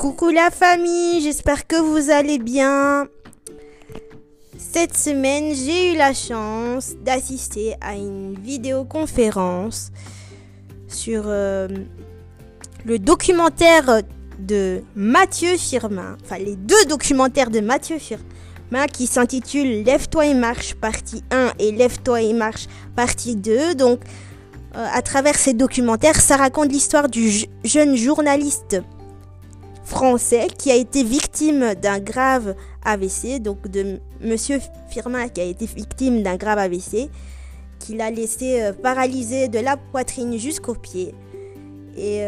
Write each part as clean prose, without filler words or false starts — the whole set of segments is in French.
Coucou la famille, j'espère que vous allez bien. Cette semaine, j'ai eu la chance d'assister à une vidéoconférence sur le documentaire de Mathieu Firmin, enfin les deux documentaires de Mathieu Firmin qui s'intitulent Lève-toi et marche partie 1 et Lève-toi et marche partie 2. Donc à travers ces documentaires, ça raconte l'histoire du jeune journaliste français qui a été victime d'un grave AVC, donc de Monsieur Firmin qui a été victime d'un grave AVC, qui l'a laissé paralysé de la poitrine jusqu'aux pieds. Et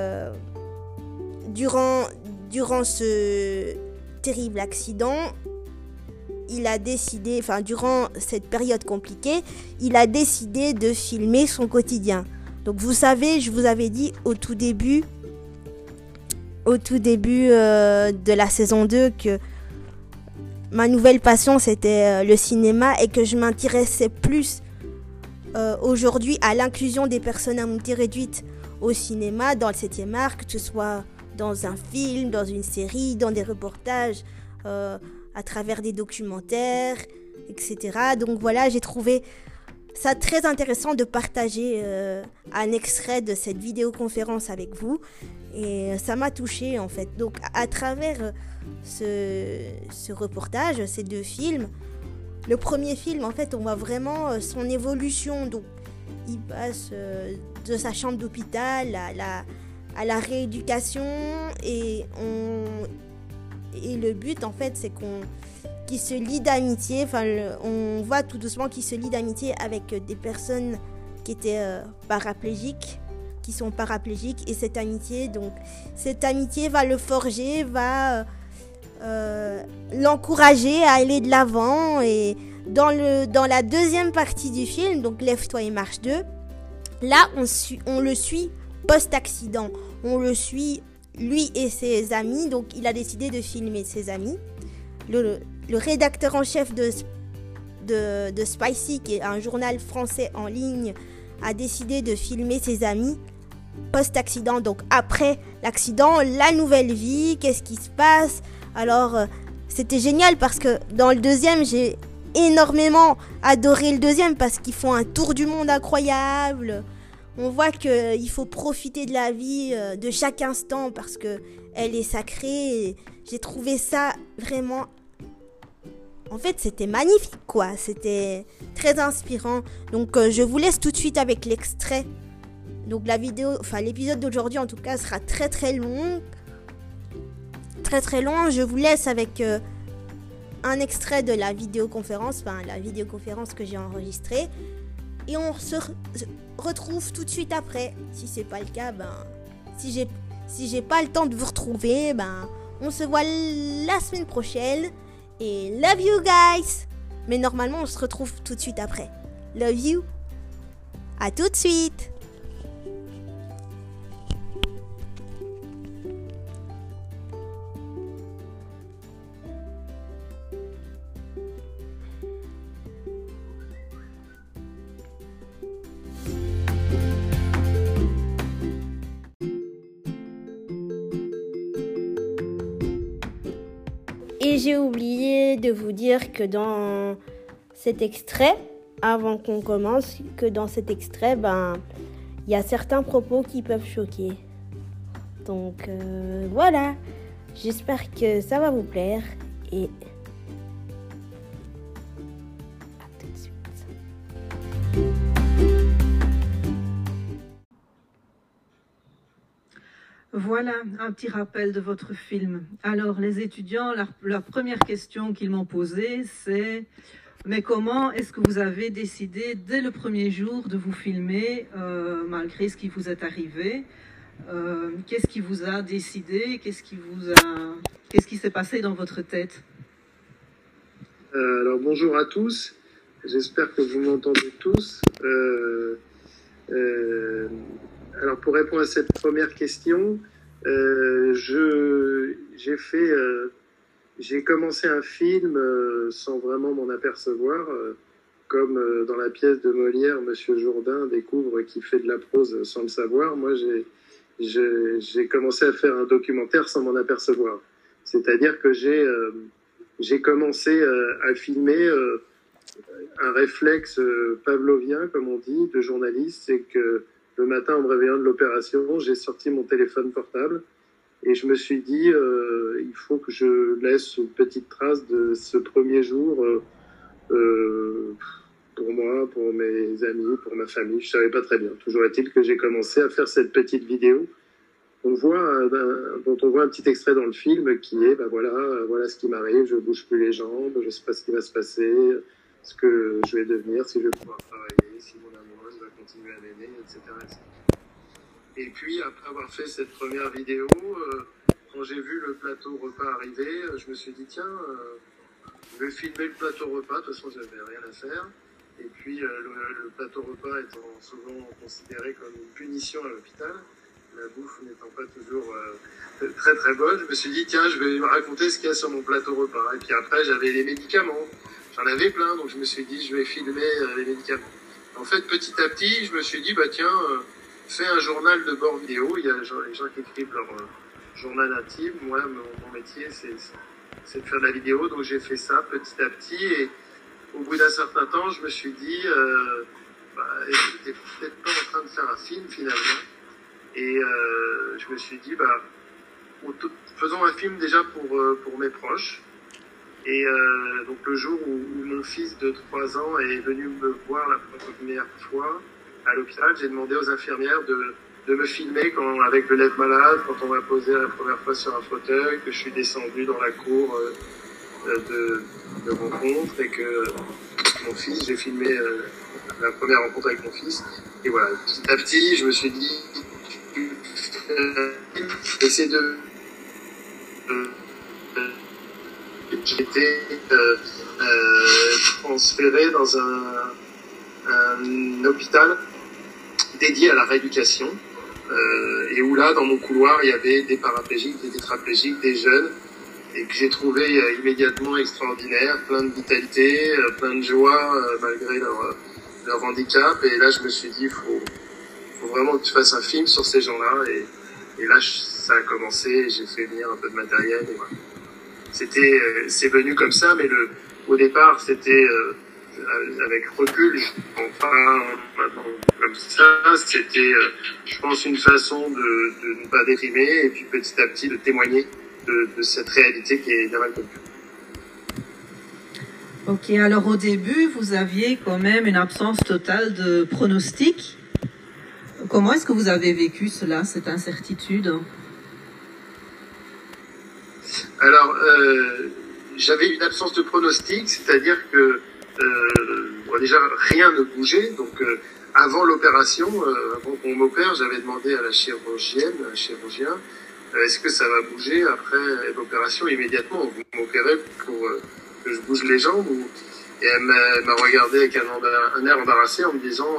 durant ce terrible accident, durant cette période compliquée, il a décidé de filmer son quotidien. Donc vous savez, je vous avais dit au tout début de la saison 2 que ma nouvelle passion c'était le cinéma et que je m'intéressais plus aujourd'hui à l'inclusion des personnes à mobilité réduite au cinéma, dans le 7e art, que ce soit dans un film, dans une série, dans des reportages, à travers des documentaires, etc. Donc voilà, j'ai trouvé ça très intéressant de partager un extrait de cette vidéoconférence avec vous. Et ça m'a touchée en fait. Donc à travers ce reportage, ces deux films, le premier film en fait on voit vraiment son évolution. Donc il passe de sa chambre d'hôpital à la rééducation et le but en fait c'est qu'il se lie d'amitié. On voit tout doucement qu'il se lie d'amitié avec des personnes qui étaient paraplégiques, qui sont paraplégiques, et cette amitié va le forger, va l'encourager à aller de l'avant. Et dans la deuxième partie du film, donc Lève-toi et marche 2, là on le suit post-accident, on le suit lui et ses amis. Donc il a décidé de filmer ses amis. Le rédacteur en chef de Spicy, qui est un journal français en ligne, a décidé de filmer ses amis post-accident, donc après l'accident, la nouvelle vie, qu'est-ce qui se passe. Alors c'était génial parce que dans le deuxième, j'ai énormément adoré le deuxième parce qu'ils font un tour du monde incroyable. On voit qu'il faut profiter de la vie, de chaque instant, parce que elle est sacrée. Et j'ai trouvé ça vraiment... En fait, c'était magnifique, quoi. C'était très inspirant. Donc, je vous laisse tout de suite avec l'extrait. Donc, l'épisode d'aujourd'hui, en tout cas, sera très, très long. Très, très long. Je vous laisse avec un extrait de la vidéoconférence. La vidéoconférence que j'ai enregistrée. Et on se retrouve tout de suite après. Si c'est pas le cas, si j'ai pas le temps de vous retrouver, on se voit la semaine prochaine. Et love you guys. Mais normalement on se retrouve tout de suite après. Love you. À tout de suite. Et j'ai oublié de vous dire que dans cet extrait, avant qu'on commence, que dans cet extrait, il y a certains propos qui peuvent choquer. Donc voilà, j'espère que ça va vous plaire et à tout de suite. Voilà un petit rappel de votre film. Alors les étudiants, la première question qu'ils m'ont posée, c'est « Mais comment est-ce que vous avez décidé dès le premier jour de vous filmer malgré ce qui vous est arrivé ? Qu'est-ce qui vous a décidé ? Qu'est-ce qui s'est passé dans votre tête ?» Alors bonjour à tous, j'espère que vous m'entendez tous. Alors pour répondre à cette première question, j'ai commencé un film sans vraiment m'en apercevoir, comme dans la pièce de Molière, Monsieur Jourdain découvre qu'il fait de la prose sans le savoir. Moi j'ai commencé à faire un documentaire sans m'en apercevoir. C'est-à-dire que j'ai commencé à filmer un réflexe pavlovien, comme on dit, de journaliste, c'est que le matin, en me réveillant de l'opération, j'ai sorti mon téléphone portable et je me suis dit, il faut que je laisse une petite trace de ce premier jour pour moi, pour mes amis, pour ma famille. Je savais pas très bien. Toujours est-il que j'ai commencé à faire cette petite vidéo dont on voit un petit extrait dans le film qui est, voilà ce qui m'arrive, je bouge plus les jambes, je sais pas ce qui va se passer, ce que je vais devenir, si je vais pouvoir travailler, si mon amoureuse va continuer à m'aimer, etc., etc. Et puis, après avoir fait cette première vidéo, quand j'ai vu le plateau repas arriver, je me suis dit, tiens, je vais filmer le plateau repas, de toute façon, j'avais rien à faire. Et puis, le plateau repas étant souvent considéré comme une punition à l'hôpital, la bouffe n'étant pas toujours très très bonne, je me suis dit, tiens, je vais me raconter ce qu'il y a sur mon plateau repas. Et puis après, j'avais les médicaments. J'en avais plein, donc je me suis dit, je vais filmer les médicaments. En fait, petit à petit, je me suis dit, tiens, fais un journal de bord vidéo. Il y a les gens qui écrivent leur journal intime. Moi, mon métier, c'est de faire de la vidéo. Donc j'ai fait ça petit à petit. Et au bout d'un certain temps, je me suis dit, j'étais peut-être pas en train de faire un film finalement. Et je me suis dit, faisons un film déjà pour mes proches. Et donc le jour où mon fils de 3 ans est venu me voir la première fois à l'hôpital, j'ai demandé aux infirmières de me filmer avec le lève-malade, quand on m'a posé la première fois sur un fauteuil, que je suis descendu dans la cour de rencontre et que mon fils, j'ai filmé la première rencontre avec mon fils. Et voilà, petit à petit, je me suis dit, essayer de j'étais transféré dans un hôpital dédié à la rééducation et où là, dans mon couloir, il y avait des paraplégiques, des tétraplégiques, des jeunes et que j'ai trouvé immédiatement extraordinaire, plein de vitalité, plein de joie malgré leur handicap. Et là, je me suis dit, il faut vraiment que tu fasses un film sur ces gens-là. Et là, ça a commencé, j'ai fait venir un peu de matériel. Et voilà. C'est venu comme ça, mais au départ, c'était avec recul, enfin, maintenant, comme ça, c'était, je pense, une façon de ne pas déprimer et puis petit à petit de témoigner de cette réalité qui est bien mal connue. Ok, alors au début, vous aviez quand même une absence totale de pronostic. Comment est-ce que vous avez vécu cela, cette incertitude? Alors, j'avais une absence de pronostic, c'est-à-dire que déjà rien ne bougeait. Donc, avant l'opération, avant qu'on m'opère, j'avais demandé à la chirurgien, est-ce que ça va bouger après l'opération immédiatement? Vous m'opérez pour que je bouge les jambes Et elle m'a regardé avec un air embarrassé en me disant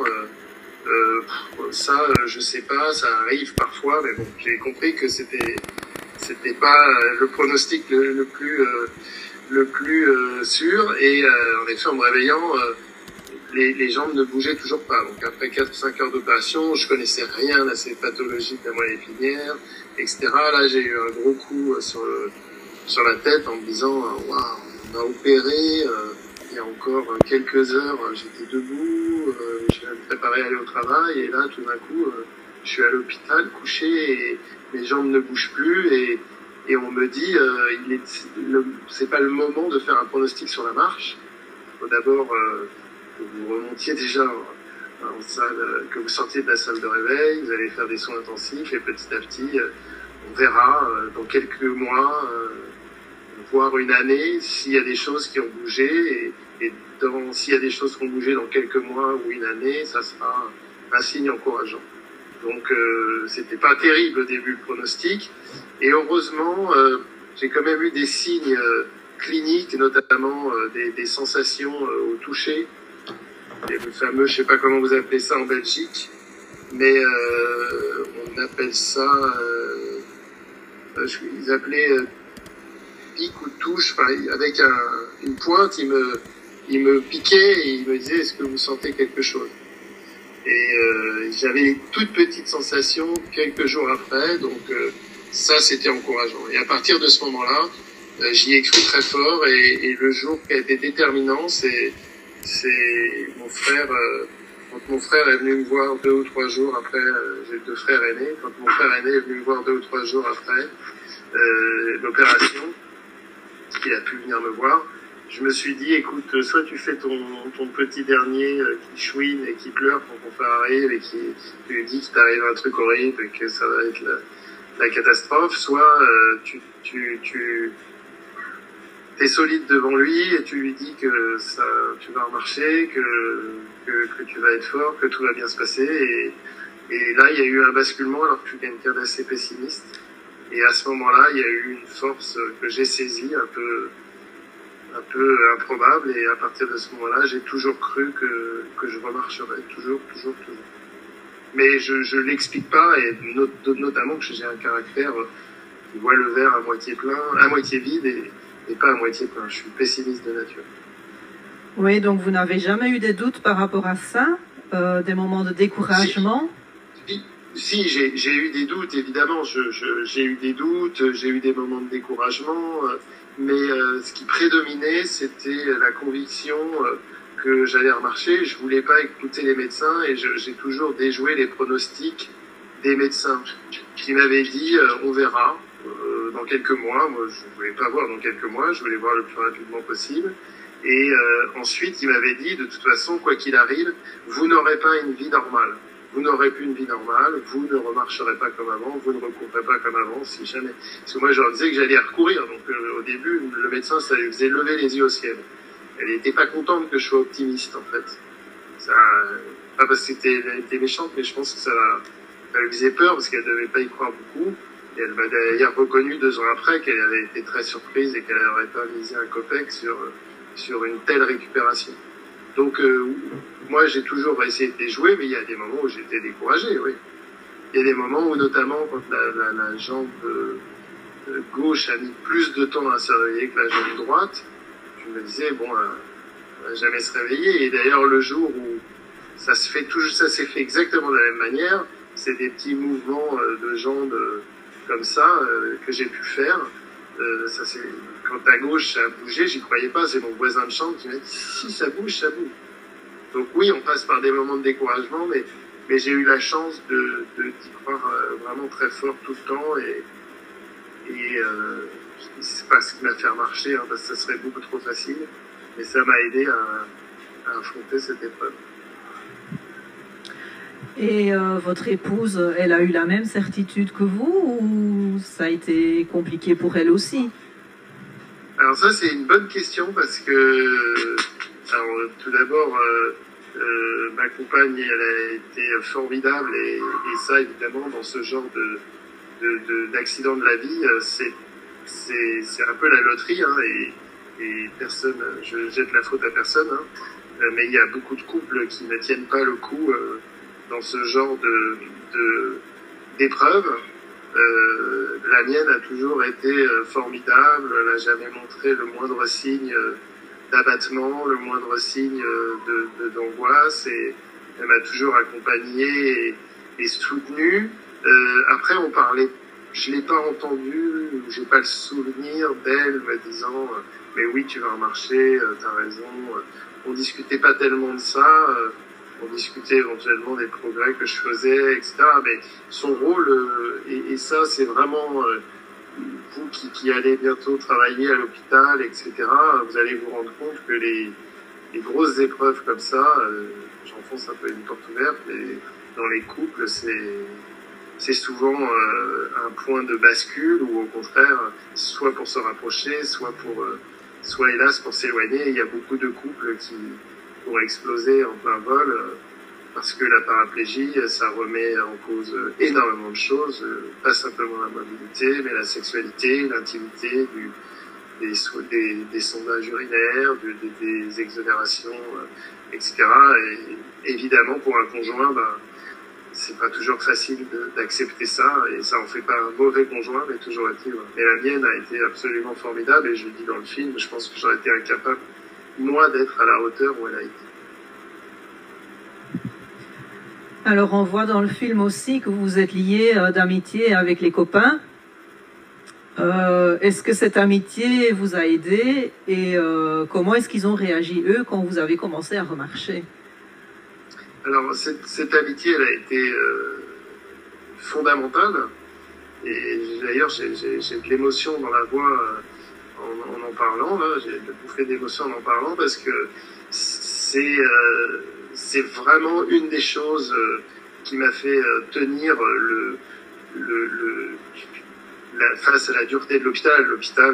ça, je sais pas, ça arrive parfois, mais bon, j'ai compris que c'était pas le pronostic le plus sûr. Et en effet, en me réveillant, les jambes ne bougeaient toujours pas. Donc après 4-5 heures d'opération, je connaissais rien à ces pathologies de la moelle épinière, etc. Là, j'ai eu un gros coup sur la tête en me disant waouh, on m'a opéré. Il y a encore quelques heures, j'étais debout, je me préparais à aller au travail, et là, tout d'un coup, je suis à l'hôpital, couché, et mes jambes ne bougent plus, et on me dit, c'est pas le moment de faire un pronostic sur la marche. Il faut d'abord que vous remontiez déjà en salle, que vous sortiez de la salle de réveil, vous allez faire des soins intensifs, et petit à petit, on verra dans quelques mois, voire une année, s'il y a des choses qui ont bougé, et s'il y a des choses qui ont bougé dans quelques mois ou une année, ça sera un signe encourageant. Donc c'était pas terrible au début le pronostic, et heureusement j'ai quand même eu des signes cliniques, notamment des sensations au toucher, le fameux, je sais pas comment vous appelez ça en Belgique, mais on appelle ça, ils appelaient pique ou touche, enfin, avec une pointe, il me piquait et il me disait est-ce que vous sentez quelque chose. Et j'avais une toute petite sensation quelques jours après, donc ça c'était encourageant. Et à partir de ce moment-là, j'y ai cru très fort, et le jour qui a été déterminant, c'est mon frère, quand mon frère est venu me voir 2 ou 3 jours après, j'ai 2 frères aînés, quand mon frère aîné est venu me voir 2 ou 3 jours après l'opération, il a pu venir me voir, je me suis dit, écoute, soit tu fais ton petit dernier qui chouine et qui pleure quand ton frère arrive et qui lui dit qu'il t'arrive un truc horrible et que ça va être la catastrophe, soit tu t'es solide devant lui et tu lui dis que tu vas remarcher, que tu vas être fort, que tout va bien se passer. Et là, il y a eu un basculement alors que je suis quelqu'un d'assez pessimiste. Et à ce moment-là, il y a eu une force que j'ai saisie, un peu improbable. Et à partir de ce moment-là, j'ai toujours cru que je remarcherais. Toujours. Mais je l'explique pas, et notamment que j'ai un caractère qui voit le verre à moitié plein, à moitié vide, et pas à moitié plein. Je suis pessimiste de nature. Oui, donc vous n'avez jamais eu des doutes par rapport à ça, des moments de découragement? Si, j'ai eu des doutes, évidemment. J'ai eu des doutes, j'ai eu des moments de découragement, mais ce qui prédominait, c'était la conviction que j'allais remarcher. Je voulais pas écouter les médecins, et j'ai toujours déjoué les pronostics des médecins qui m'avaient dit on verra dans quelques mois. Moi, je voulais pas voir dans quelques mois, je voulais voir le plus rapidement possible. Et ensuite, il m'avait dit, de toute façon, quoi qu'il arrive, vous n'aurez pas une vie normale. Vous n'aurez plus une vie normale, vous ne remarcherez pas comme avant, vous ne recourrez pas comme avant, si jamais. Parce que moi, je leur disais que j'allais recourir. Donc au début, le médecin, ça lui faisait lever les yeux au ciel. Elle n'était pas contente que je sois optimiste, en fait. Ça, pas parce que elle était méchante, mais je pense que ça lui faisait peur, parce qu'elle ne devait pas y croire beaucoup. Et elle m'a d'ailleurs reconnu 2 ans après qu'elle avait été très surprise et qu'elle n'aurait pas misé un copec sur une telle récupération. Donc, moi, j'ai toujours essayé de déjouer, mais il y a des moments où j'étais découragé, oui. Il y a des moments où, notamment, quand la jambe gauche a mis plus de temps à se réveiller que la jambe droite, je me disais, bon, elle va jamais se réveiller. Et d'ailleurs, le jour où ça s'est fait exactement de la même manière, c'est des petits mouvements de jambes comme ça que j'ai pu faire. Quand à gauche ça a bougé, j'y croyais pas, c'est mon voisin de chambre qui m'a dit si ça bouge, ça bouge. Donc oui, on passe par des moments de découragement, mais j'ai eu la chance d'y croire vraiment très fort tout le temps, et c'est pas ce qui m'a fait marcher, hein, parce que ça serait beaucoup trop facile, mais ça m'a aidé à affronter cette épreuve. Et votre épouse, elle a eu la même certitude que vous, ou ça a été compliqué pour elle aussi? Alors ça, c'est une bonne question, parce que tout d'abord, ma compagne, elle a été formidable, et ça, évidemment, dans ce genre d'accident de la vie, c'est un peu la loterie, hein, et personne, je jette la faute à personne, hein, mais il y a beaucoup de couples qui ne tiennent pas le coup dans ce genre d'épreuve. La mienne a toujours été formidable, elle n'a jamais montré le moindre signe d'abattement, le moindre signe d'angoisse, et elle m'a toujours accompagné et soutenu. Après, on parlait, je l'ai pas entendu, j'ai pas le souvenir d'elle me disant mais oui, tu vas remarcher, t'as raison. On discutait pas tellement de ça. On discutait éventuellement des progrès que je faisais, etc. Mais son rôle, et ça c'est vraiment vous qui allez bientôt travailler à l'hôpital, etc., vous allez vous rendre compte que les grosses épreuves comme ça, j'enfonce un peu une porte ouverte, mais dans les couples, c'est souvent un point de bascule, ou au contraire, soit pour se rapprocher, soit hélas pour s'éloigner. Il y a beaucoup de couples qui ont explosé en plein vol, parce que la paraplégie, ça remet en cause énormément de choses, pas simplement la mobilité, mais la sexualité, l'intimité, des sondages urinaires, des exonérations, etc. Et évidemment, pour un conjoint, c'est pas toujours facile d'accepter ça, et ça en fait pas un mauvais conjoint, mais toujours est-il. Et la mienne a été absolument formidable, et je le dis dans le film, je pense que j'aurais été incapable, moi, d'être à la hauteur où elle a été. Alors on voit dans le film aussi que vous êtes liés d'amitié avec les copains. Est-ce que cette amitié vous a aidé et comment est-ce qu'ils ont réagi eux quand vous avez commencé à remarcher? Alors cette amitié, elle a été fondamentale. Et d'ailleurs, j'ai de l'émotion dans la voix en parlant. J'ai de bouffée d'émotion en parlant parce que c'est vraiment une des choses qui m'a fait tenir face à la dureté de l'hôpital. L'hôpital,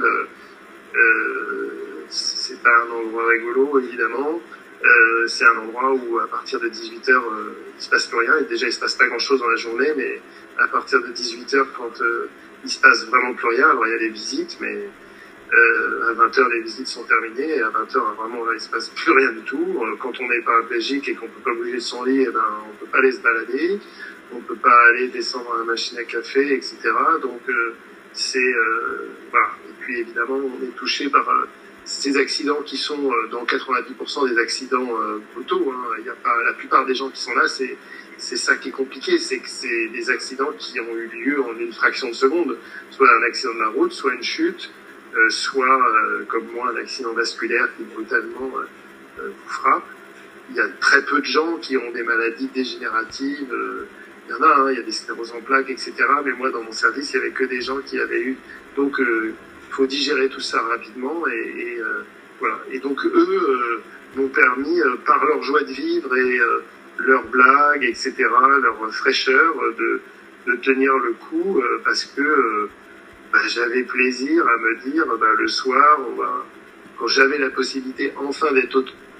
c'est pas un endroit rigolo, évidemment. C'est un endroit où à partir de 18h, il se passe plus rien. Et déjà, il se passe pas grand-chose dans la journée, mais à partir de 18h, quand il se passe vraiment plus rien, alors il y a des visites, mais à 20h, les visites sont terminées, et à 20h, vraiment, là, il se passe plus rien du tout. Quand on est paraplégique et qu'on peut pas bouger de son lit, eh ben, on peut pas aller se balader, on peut pas aller descendre à la machine à café, etc. Donc, voilà. Et puis, évidemment, on est touché par ces accidents qui sont dans 90% des accidents auto. Il y a pas, la plupart des gens qui sont là, c'est ça qui est compliqué, c'est que c'est des accidents qui ont eu lieu en une fraction de seconde, soit un accident de la route, soit une chute, soit, comme moi, un accident vasculaire qui brutalement vous frappe. Il y a très peu de gens qui ont des maladies dégénératives. Il y en a, il y a des scléroses en plaques, etc. Mais moi, dans mon service, il y avait que des gens qui avaient eu. Donc, faut digérer tout ça rapidement et voilà. Et donc, eux m'ont permis, par leur joie de vivre et leurs blagues, etc., leur fraîcheur, de tenir le coup parce que j'avais plaisir à me dire le soir, quand j'avais la possibilité enfin d'être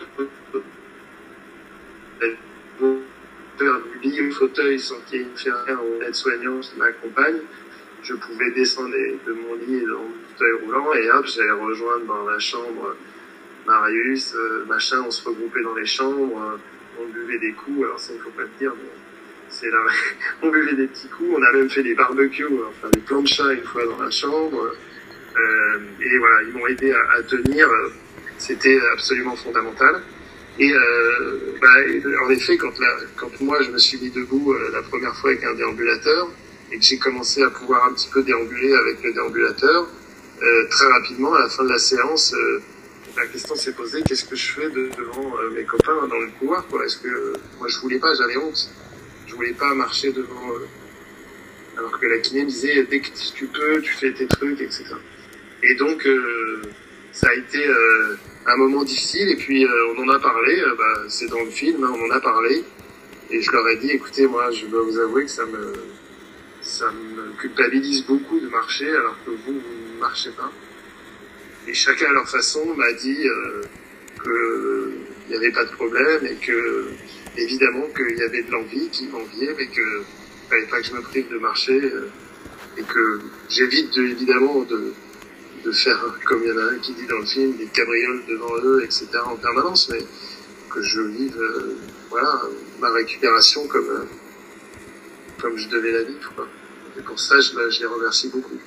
du lit au fauteuil sans qu'il y ait une infirmière ou une aide-soignante qui m'accompagne, je pouvais descendre de mon lit dans mon fauteuil roulant et hop, j'allais rejoindre dans la chambre Marius, machin, on se regroupait dans les chambres, on buvait des coups, alors ça il faut pas le dire, mais c'est là, on buvait des petits coups, on a même fait des barbecues, enfin des planchas une fois dans la chambre, et voilà, ils m'ont aidé à tenir, c'était absolument fondamental. Et en effet, quand moi je me suis mis debout la première fois avec un déambulateur et que j'ai commencé à pouvoir un petit peu déambuler avec le déambulateur, très rapidement à la fin de la séance, la question s'est posée, qu'est-ce que je fais devant mes copains dans le couloir, quoi? Est-ce que moi je voulais pas, j'avais honte, je voulais pas marcher devant alors que la kiné me disait dès que tu peux, tu fais tes trucs, etc. Et donc ça a été un moment difficile et puis on en a parlé, c'est dans le film, on en a parlé et je leur ai dit écoutez, moi je dois vous avouer que ça me culpabilise beaucoup de marcher alors que vous ne marchez pas. Et chacun à leur façon m'a dit que il n'y avait pas de problème et que évidemment qu'il y avait de l'envie, qu'ils m'enviaient, mais que fallait pas que je me prive de marcher et que j'évite évidemment de faire, comme il y en a un qui dit dans le film, des cabrioles devant eux, etc. en permanence, mais que je vive ma récupération comme je devais la vivre, quoi. Et pour ça, je les remercie beaucoup.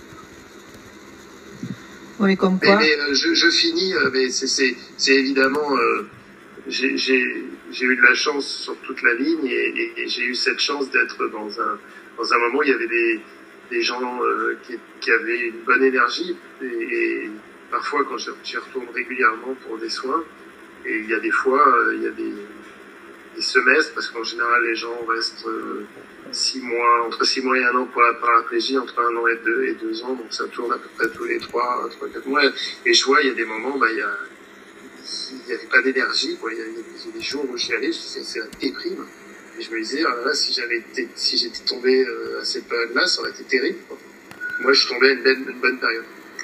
Oui, comme quoi. Mais je finis, mais c'est évidemment, j'ai eu de la chance sur toute la ligne et j'ai eu cette chance d'être dans un moment où il y avait des gens qui avaient une bonne énergie et parfois quand j'y retourne régulièrement pour des soins et il y a des fois il y a des semestres parce qu'en général les gens restent 6 mois, entre 6 mois et 1 an pour la paraplégie, entre 1 an et 2 ans, donc ça tourne à peu près tous les 3-4 mois et je vois il y a des moments il y avait pas d'énergie, quoi. Il y a des jours où j'y allais, c'est la déprime. Et je me disais, si j'étais tombé à cette période-là, ça aurait été terrible, quoi. Moi, je suis tombé à une bonne période.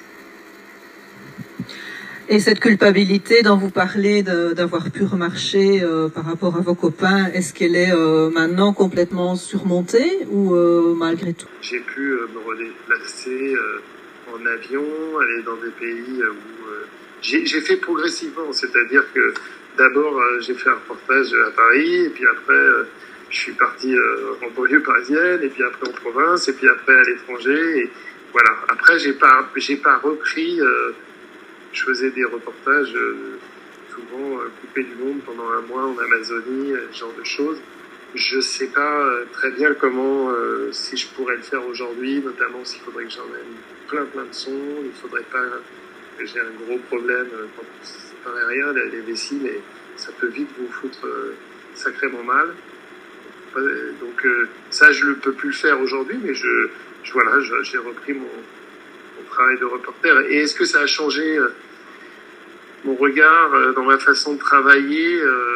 Et cette culpabilité dont vous parlez d'avoir pu remarcher par rapport à vos copains, est-ce qu'elle est maintenant complètement surmontée ou malgré tout? J'ai pu me redéplacer en avion, aller dans des pays où j'ai fait progressivement, c'est-à-dire que d'abord j'ai fait un reportage à Paris et puis après je suis parti en banlieue parisienne et puis après en province et puis après à l'étranger et voilà. Après j'ai pas repris. Je faisais des reportages souvent coupés du monde pendant 1 mois en Amazonie, ce genre de choses. Je sais pas très bien comment, si je pourrais le faire aujourd'hui, notamment s'il faudrait que j'emmène plein de sons, il faudrait pas que j'ai un gros problème quand ça paraît rien, les vessies, mais ça peut vite vous foutre sacrément mal. Donc ça, je ne peux plus le faire aujourd'hui, mais voilà, j'ai repris mon travail de reporter. Et est-ce que ça a changé mon regard dans ma façon de travailler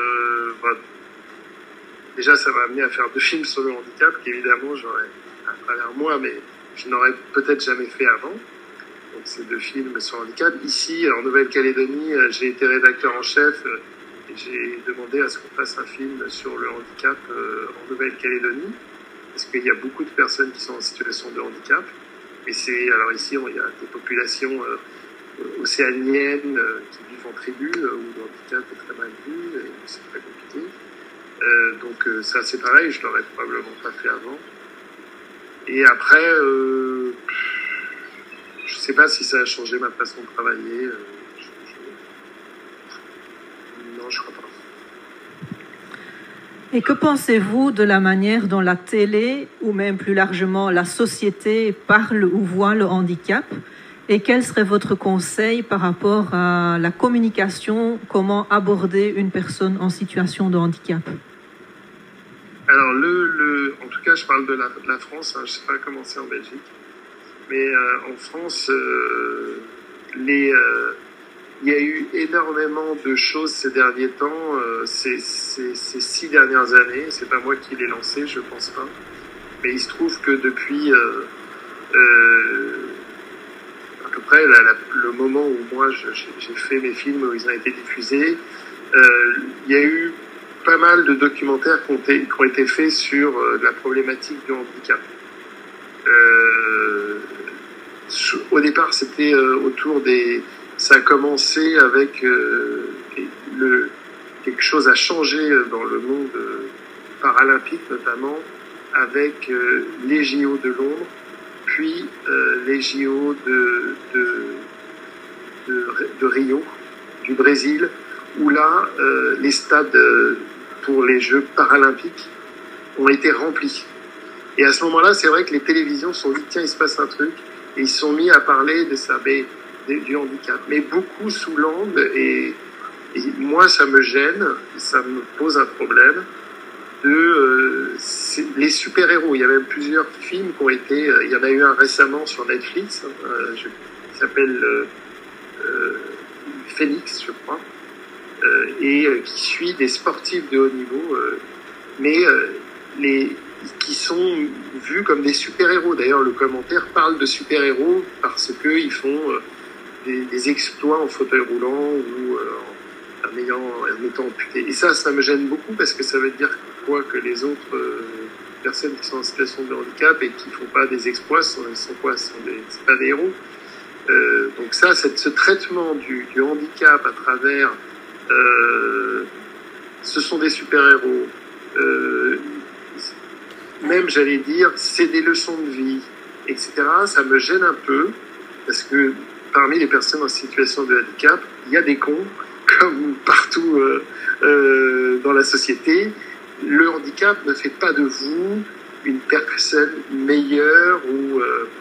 déjà, ça m'a amené à faire 2 films sur le handicap, qu'évidemment, j'aurais, à travers moi, mais je n'aurais peut-être jamais fait avant. Donc, ces 2 films sur le handicap. Ici, en Nouvelle-Calédonie, j'ai été rédacteur en chef et j'ai demandé à ce qu'on fasse un film sur le handicap en Nouvelle-Calédonie, parce qu'il y a beaucoup de personnes qui sont en situation de handicap. Et alors ici, il y a des populations océaniennes qui vivent en tribu, où le handicap est très mal vu, et c'est très compliqué. Donc ça c'est pareil, je l'aurais probablement pas fait avant. Et après, je sais pas si ça a changé ma façon de travailler. Non, je crois pas. Et que pensez-vous de la manière dont la télé, ou même plus largement la société, parle ou voit le handicap? Et quel serait votre conseil par rapport à la communication, comment aborder une personne en situation de handicap? Alors, en tout cas, je parle de la France, hein, je ne sais pas comment c'est en Belgique, mais en France, il y a eu énormément de choses ces derniers temps, ces 6 dernières années. C'est pas moi qui l'ai lancé, je pense pas, mais il se trouve que depuis à peu près le moment où moi j'ai fait mes films, où ils ont été diffusés, il y a eu pas mal de documentaires qui ont été faits sur la problématique du handicap. Au départ, c'était autour des... Ça a commencé avec quelque chose a changé dans le monde paralympique, notamment avec les JO de Londres, puis les JO de Rio, du Brésil, où là, les stades pour les Jeux paralympiques ont été remplis. Et à ce moment-là, c'est vrai que les télévisions se sont dit, tiens, il se passe un truc, et ils se sont mis à parler de ça, du handicap, mais beaucoup sous l'angle, et moi, ça me gêne, ça me pose un problème, les super-héros. Il y a même plusieurs films qui ont été... il y en a eu un récemment sur Netflix, qui s'appelle Phoenix, je crois, et qui suit des sportifs de haut niveau, mais qui sont vus comme des super-héros. D'ailleurs, le commentaire parle de super-héros parce qu'ils font des exploits en fauteuil roulant ou en étant amputés. Et ça me gêne beaucoup parce que ça veut dire quoi? Que les autres personnes qui sont en situation de handicap et qui font pas des exploits sont quoi? C'est pas des héros. Donc ça, ce traitement du handicap à travers ce sont des super-héros, même j'allais dire c'est des leçons de vie, etc. Ça me gêne un peu parce que parmi les personnes en situation de handicap, il y a des cons comme partout dans la société. Le handicap ne fait pas de vous une personne meilleure ou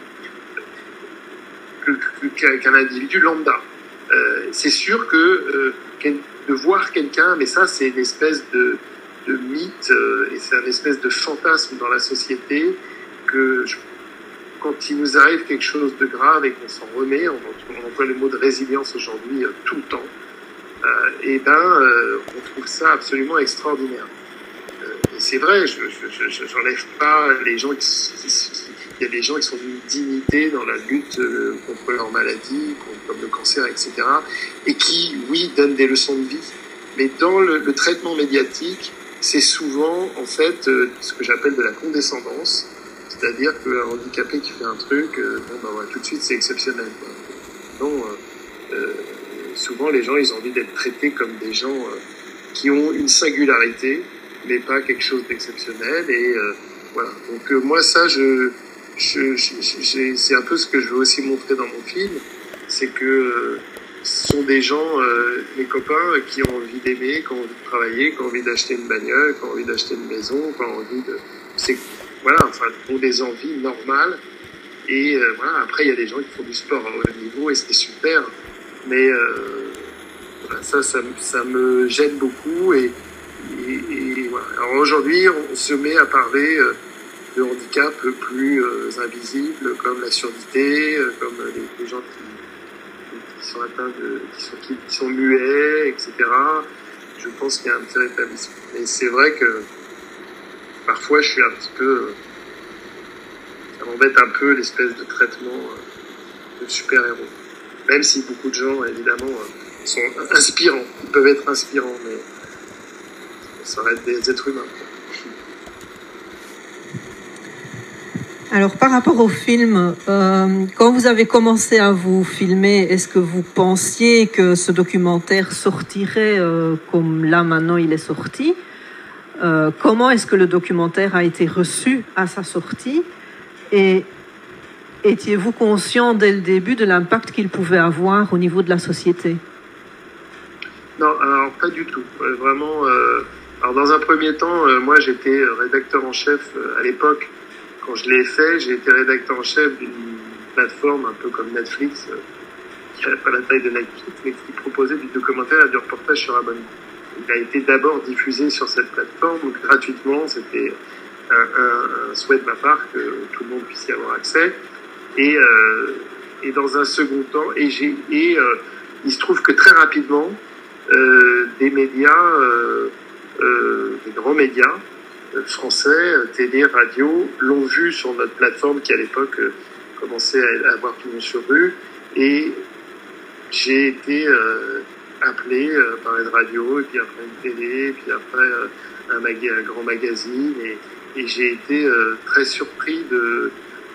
qu'un individu lambda. C'est sûr que de voir quelqu'un, mais ça c'est une espèce de mythe et c'est une espèce de fantasme dans la société que quand il nous arrive quelque chose de grave et qu'on s'en remet, on emploie le mot de résilience aujourd'hui tout le temps, on trouve ça absolument extraordinaire. Et c'est vrai, j'enlève pas les gens il y a des gens qui sont d'une dignité dans la lutte contre leur maladie, comme le cancer, etc. et qui, oui, donnent des leçons de vie. Mais dans le traitement médiatique, c'est souvent, en fait, ce que j'appelle de la condescendance. C'est-à-dire qu'un handicapé qui fait un truc, tout de suite, c'est exceptionnel, quoi. Non, souvent, les gens, ils ont envie d'être traités comme des gens qui ont une singularité, mais pas quelque chose d'exceptionnel. Et voilà. Donc moi, ça, c'est un peu ce que je veux aussi montrer dans mon film, c'est que ce sont des gens, mes copains, qui ont envie d'aimer, qui ont envie de travailler, qui ont envie d'acheter une bagnole, qui ont envie d'acheter une maison, qui ont envie de... Voilà, enfin, ont des envies normales. Et voilà, après, il y a des gens qui font du sport à haut niveau et c'est super. Mais voilà, ça me gêne beaucoup. Et voilà. Alors aujourd'hui, on se met à parler de handicap plus invisibles, comme la surdité, comme les gens qui sont atteints qui sont muets, etc. Je pense qu'il y a un petit rétablissement. Et c'est vrai que parfois, je suis un petit peu... ça m'embête un peu l'espèce de traitement de super-héros. Même si beaucoup de gens, évidemment, sont inspirants. Ils peuvent être inspirants, mais ça reste des êtres humains. Alors, par rapport au film, quand vous avez commencé à vous filmer, est-ce que vous pensiez que ce documentaire sortirait comme là, maintenant, il est sorti ? Comment est-ce que le documentaire a été reçu à sa sortie ? Et étiez-vous conscient dès le début de l'impact qu'il pouvait avoir au niveau de la société ? Non, alors pas du tout. Vraiment. Alors dans un premier temps, moi j'étais rédacteur en chef à l'époque. Quand je l'ai fait, j'ai été rédacteur en chef d'une plateforme un peu comme Netflix, qui n'avait pas la taille de Netflix, mais qui proposait du documentaire et du reportage sur abonnement. Il a été d'abord diffusé sur cette plateforme gratuitement. C'était un souhait de ma part que tout le monde puisse y avoir accès. Et dans un second temps, il se trouve que très rapidement, des médias, des grands médias français, télé, radio, l'ont vu sur notre plateforme qui à l'époque commençait à avoir tout le monde sur rue. Et j'ai été appelé par une radio, et puis après une télé, et puis après un grand magazine, et j'ai été très surpris de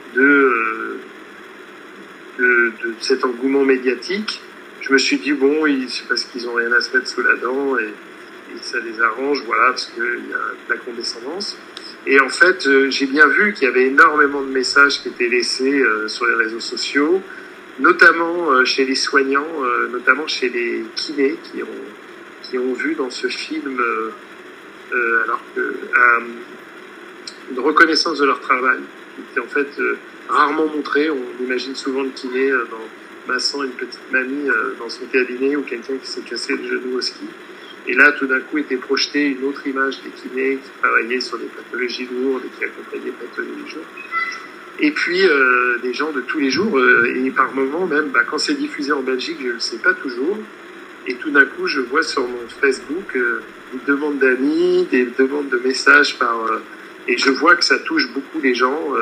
cet engouement médiatique. Je me suis dit, bon, c'est parce qu'ils ont rien à se mettre sous la dent, et ça les arrange, voilà, parce qu'il y a de la condescendance. Et en fait, j'ai bien vu qu'il y avait énormément de messages qui étaient laissés sur les réseaux sociaux, notamment chez les soignants, notamment chez les kinés qui ont vu dans ce film alors que une reconnaissance de leur travail qui était en fait rarement montrée. On imagine souvent le kiné massant une petite mamie dans son cabinet ou quelqu'un qui s'est cassé le genou au ski. Et là, tout d'un coup, était projetée une autre image des kinés qui travaillaient sur des pathologies lourdes et qui accompagnaient les pathologies lourdes. Et puis, des gens de tous les jours, et par moments même, quand c'est diffusé en Belgique, je ne le sais pas toujours. Et tout d'un coup, je vois sur mon Facebook des demandes d'amis, des demandes de messages et je vois que ça touche beaucoup les gens,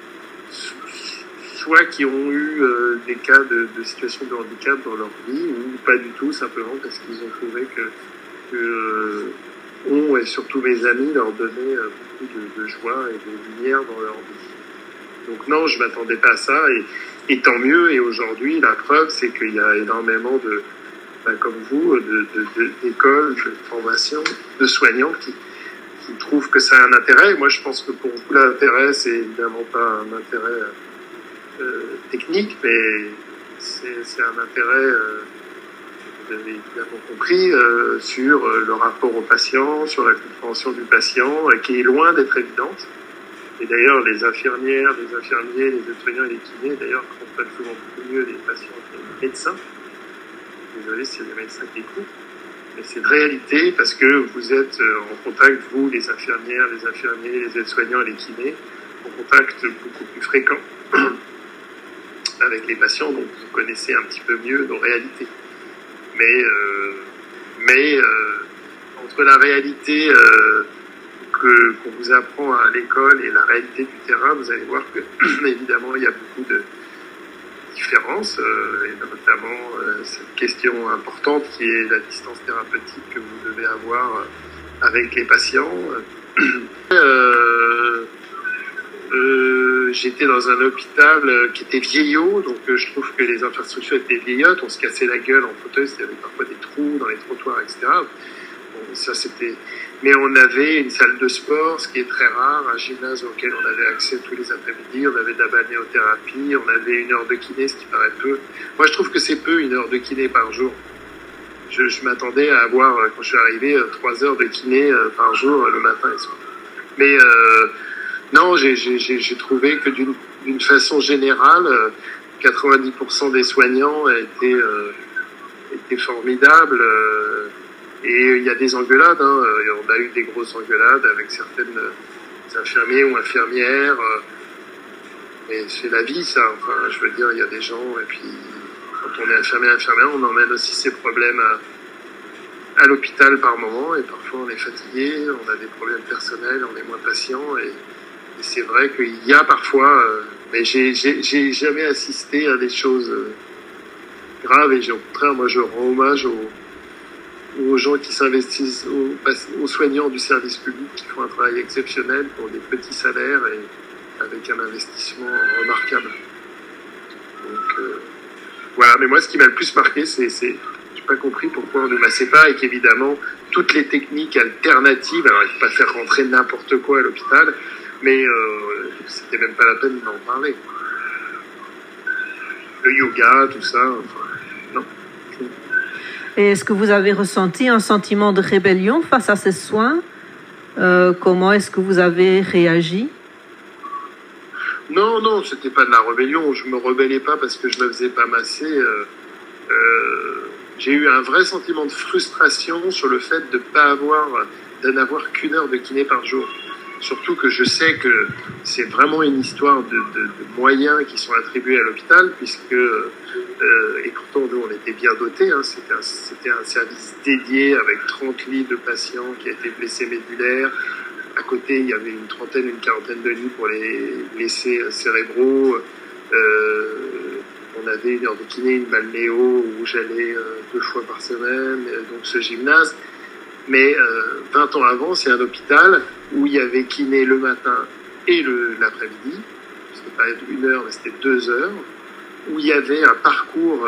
soit qui ont eu des cas de situation de handicap dans leur vie, ou pas du tout, simplement parce qu'ils ont trouvé que on, et surtout mes amis, leur donnaient beaucoup de joie et de lumière dans leur vie. Donc non, je m'attendais pas à ça, et tant mieux. Et aujourd'hui, la preuve, c'est qu'il y a énormément comme vous, d'écoles, de formations, de soignants qui trouvent que ça a un intérêt. Moi, je pense que pour vous, l'intérêt, c'est évidemment pas un intérêt technique, mais c'est un intérêt, vous avez évidemment compris, sur le rapport au patient, sur la compréhension du patient, qui est loin d'être évidente. Et d'ailleurs, les infirmières, les infirmiers, les aides-soignants et les kinés, d'ailleurs, comprennent souvent beaucoup mieux les patients que les médecins. Désolé s'il y a des médecins qui écoutent. Mais c'est une réalité parce que vous êtes en contact, vous, les infirmières, les infirmiers, les aides-soignants et les kinés, en contact beaucoup plus fréquent avec les patients, donc vous connaissez un petit peu mieux nos réalités. Mais entre la réalité qu'on vous apprend à l'école et la réalité du terrain, vous allez voir que, évidemment, il y a beaucoup de différences, et notamment cette question importante qui est la distance thérapeutique que vous devez avoir avec les patients. J'étais dans un hôpital qui était vieillot, donc je trouve que les infrastructures étaient vieillottes, on se cassait la gueule en fauteuil, il y avait parfois des trous dans les trottoirs, etc. ça c'était. Mais on avait une salle de sport, ce qui est très rare, un gymnase auquel on avait accès tous les après-midi, on avait de la balnéothérapie, on avait 1 heure de kiné, ce qui paraît peu. Moi, je trouve que c'est peu, 1 heure de kiné par jour. Je m'attendais à avoir, quand je suis arrivé, 3 heures de kiné par jour, le matin et le soir. Mais non, j'ai trouvé que d'une façon générale, 90% des soignants étaient formidables. Et il y a des engueulades, hein. On a eu des grosses engueulades avec certaines infirmiers ou infirmières. Mais c'est la vie, ça. Enfin, je veux dire, il y a des gens, et puis quand on est infirmière, on emmène aussi ses problèmes à l'hôpital par moment, et parfois on est fatigué, on a des problèmes personnels, on est moins patient, et c'est vrai qu'il y a parfois, mais j'ai jamais assisté à des choses graves, et au contraire, moi je rends hommage aux gens qui s'investissent, aux soignants du service public qui font un travail exceptionnel pour des petits salaires et avec un investissement remarquable. Donc voilà, mais moi ce qui m'a le plus marqué, j'ai pas compris pourquoi on ne massait pas, et qu'évidemment toutes les techniques alternatives, alors il ne faut pas faire rentrer n'importe quoi à l'hôpital, mais c'était même pas la peine d'en parler. Le yoga, tout ça, enfin, non. Et est-ce que vous avez ressenti un sentiment de rébellion face à ces soins? Comment est-ce que vous avez réagi? Non, c'était pas de la rébellion. Je me rebellais pas parce que je me faisais pas masser. J'ai eu un vrai sentiment de frustration sur le fait de n'avoir qu'1 heure de kiné par jour. Surtout que je sais que c'est vraiment une histoire de moyens qui sont attribués à l'hôpital, puisque et pourtant nous on était bien dotés, hein, c'était un service dédié avec 30 lits de patients qui étaient blessés médulaires. À côté il y avait une quarantaine de lits pour les blessés cérébraux. On avait 1 heure de kiné, une balnéo où j'allais 2 fois par semaine, donc ce gymnase. Mais 20 ans avant, c'est un hôpital où il y avait kiné le matin et l'après-midi. C'était pas 1 heure, mais c'était 2 heures. Où il y avait un parcours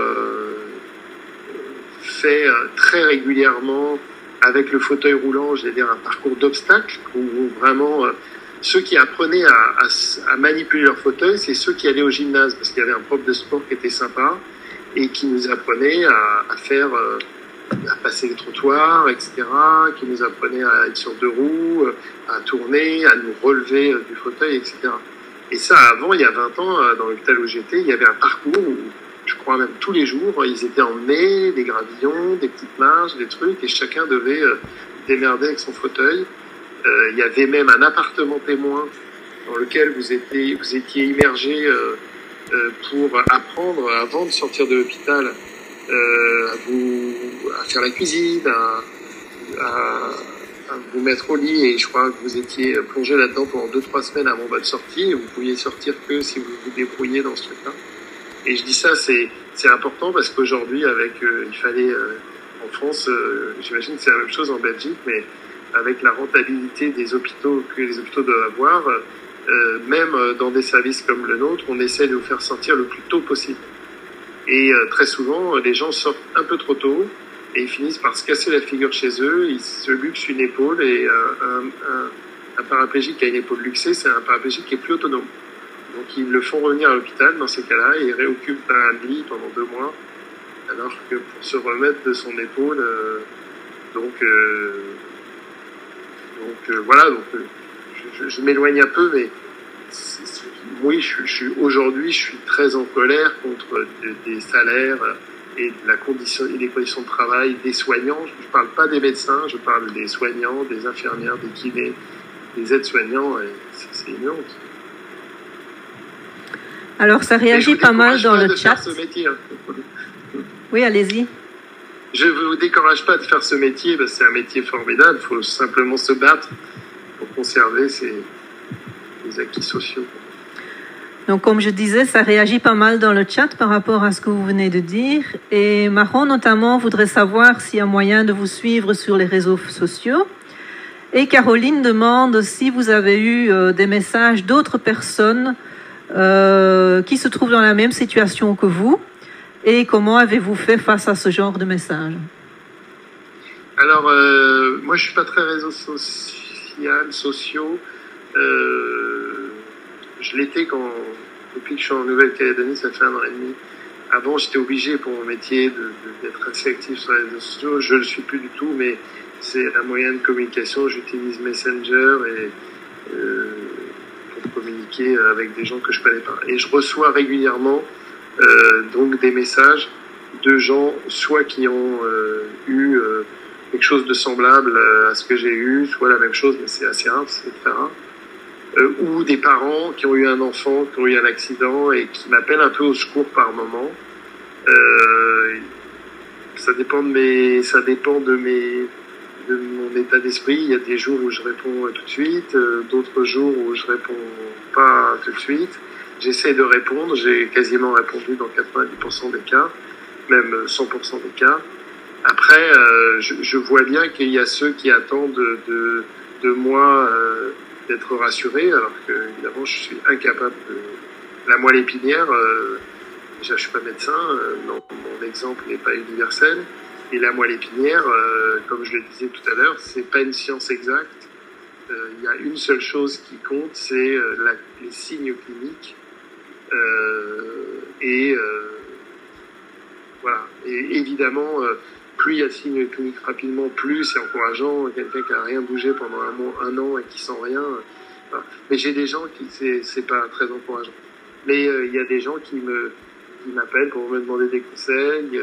fait très régulièrement avec le fauteuil roulant, j'allais dire un parcours d'obstacles, où vraiment ceux qui apprenaient à manipuler leur fauteuil, c'est ceux qui allaient au gymnase, parce qu'il y avait un prof de sport qui était sympa et qui nous apprenait à faire... à passer les trottoirs, etc., qui nous apprenait à être sur 2 roues, à tourner, à nous relever du fauteuil, etc. Et ça, avant, il y a 20 ans, dans l'hôpital où j'étais, il y avait un parcours où, je crois même tous les jours, ils étaient emmenés, des gravillons, des petites marches, des trucs, et chacun devait démerder avec son fauteuil. Il y avait même un appartement témoin dans lequel vous étiez immergé pour apprendre, avant de sortir de l'hôpital, à faire la cuisine, à vous mettre au lit, et je crois que vous étiez plongé là-dedans pendant 2-3 semaines avant votre sortie, et vous pouviez sortir que si vous vous débrouillez dans ce truc-là. Et je dis ça, c'est important parce qu'aujourd'hui, il fallait, en France, j'imagine que c'est la même chose en Belgique, mais avec la rentabilité des hôpitaux que les hôpitaux doivent avoir, même dans des services comme le nôtre, on essaie de vous faire sortir le plus tôt possible. Et très souvent, les gens sortent un peu trop tôt et ils finissent par se casser la figure chez eux, ils se luxent une épaule, et un paraplégique qui a une épaule luxée, c'est un paraplégique qui est plus autonome. Donc ils le font revenir à l'hôpital dans ces cas-là, et ils réoccupent un lit pendant 2 mois, alors que pour se remettre de son épaule, voilà, je m'éloigne un peu, mais oui, aujourd'hui, je suis très en colère contre des salaires et des conditions de travail des soignants. Je ne parle pas des médecins, je parle des soignants, des infirmières, des kinés, des aides-soignants, et c'est une honte. Alors, ça réagit pas mal dans le chat. Ce métier, hein. Oui, allez-y. Je ne vous décourage pas de faire ce métier, parce que c'est un métier formidable. Il faut simplement se battre pour conserver les acquis sociaux. Donc, comme je disais, ça réagit pas mal dans le chat par rapport à ce que vous venez de dire. Et Maron, notamment, voudrait savoir s'il y a moyen de vous suivre sur les réseaux sociaux. Et Caroline demande si vous avez eu des messages d'autres personnes qui se trouvent dans la même situation que vous, et comment avez-vous fait face à ce genre de messages? Alors, moi, je suis pas très réseaux sociaux. Je l'étais depuis que je suis en Nouvelle-Calédonie, ça fait 1 an et demi. Avant, j'étais obligé pour mon métier d'être assez actif sur les réseaux sociaux. Je le suis plus du tout, mais c'est un moyen de communication. J'utilise Messenger pour communiquer avec des gens que je connais pas. Et je reçois régulièrement donc des messages de gens soit qui ont eu quelque chose de semblable à ce que j'ai eu, soit la même chose, mais c'est assez rare, c'est très rare. Ou des parents qui ont eu un enfant, qui ont eu un accident et qui m'appellent un peu au secours par moment. Ça dépend de mon état d'esprit. Il y a des jours où je réponds tout de suite, d'autres jours où je réponds pas tout de suite. J'essaie de répondre, j'ai quasiment répondu dans 90% des cas, même 100% des cas. Après, je vois bien qu'il y a ceux qui attendent de moi d'être rassuré, alors que évidemment je suis incapable de la moelle épinière. Déjà, je suis pas médecin, non, mon exemple n'est pas universel. Et la moelle épinière, comme je le disais tout à l'heure, c'est pas une science exacte. Il y a une seule chose qui compte, c'est les signes cliniques. Voilà. Et évidemment, plus il y a de signes cliniques rapidement, plus c'est encourageant. Quelqu'un qui a rien bougé pendant un an et qui sent rien. Voilà. Mais j'ai des gens qui c'est pas très encourageant. Mais il y a des gens qui m'appellent pour me demander des conseils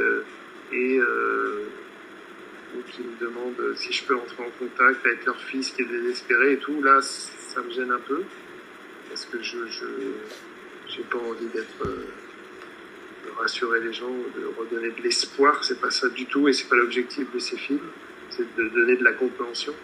ou qui me demandent si je peux entrer en contact avec leur fils qui est désespéré et tout. Là, ça me gêne un peu parce que j'ai pas envie de rassurer les gens, de redonner de l'espoir. C'est pas ça du tout et c'est pas l'objectif de ces films. C'est de donner de la compréhension.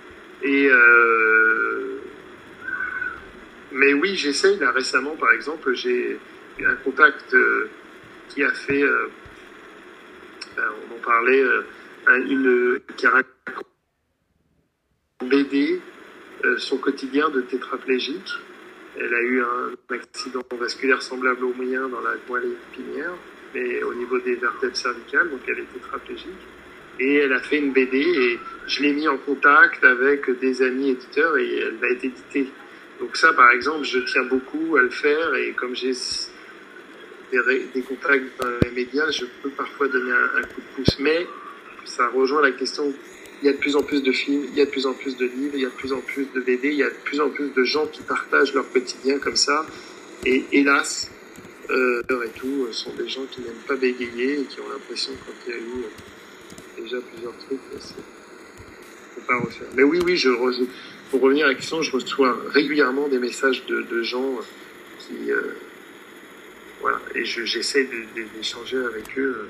Mais oui, j'essaye. Là, récemment, par exemple, j'ai eu un contact qui a fait, on en parlait, qui a raconté en BD son quotidien de tétraplégique. Elle a eu un accident vasculaire semblable au mien dans la moelle épinière, mais au niveau des vertèbres cervicales, donc elle est tétraplégique. Et elle a fait une BD et je l'ai mis en contact avec des amis éditeurs et elle va être éditée. Donc ça, par exemple, je tiens beaucoup à le faire et comme j'ai des contacts dans les médias, je peux parfois donner un coup de pouce. Mais ça rejoint la question, il y a de plus en plus de films, il y a de plus en plus de livres, il y a de plus en plus de BD, il y a de plus en plus de gens qui partagent leur quotidien comme ça. Et hélas, et tout, sont des gens qui n'aiment pas bégayer et qui ont l'impression que quand il y a eu déjà plusieurs trucs, faut pas refaire. Mais oui, pour revenir à la question, je reçois régulièrement des messages de gens qui... voilà, et j'essaie d'échanger avec eux.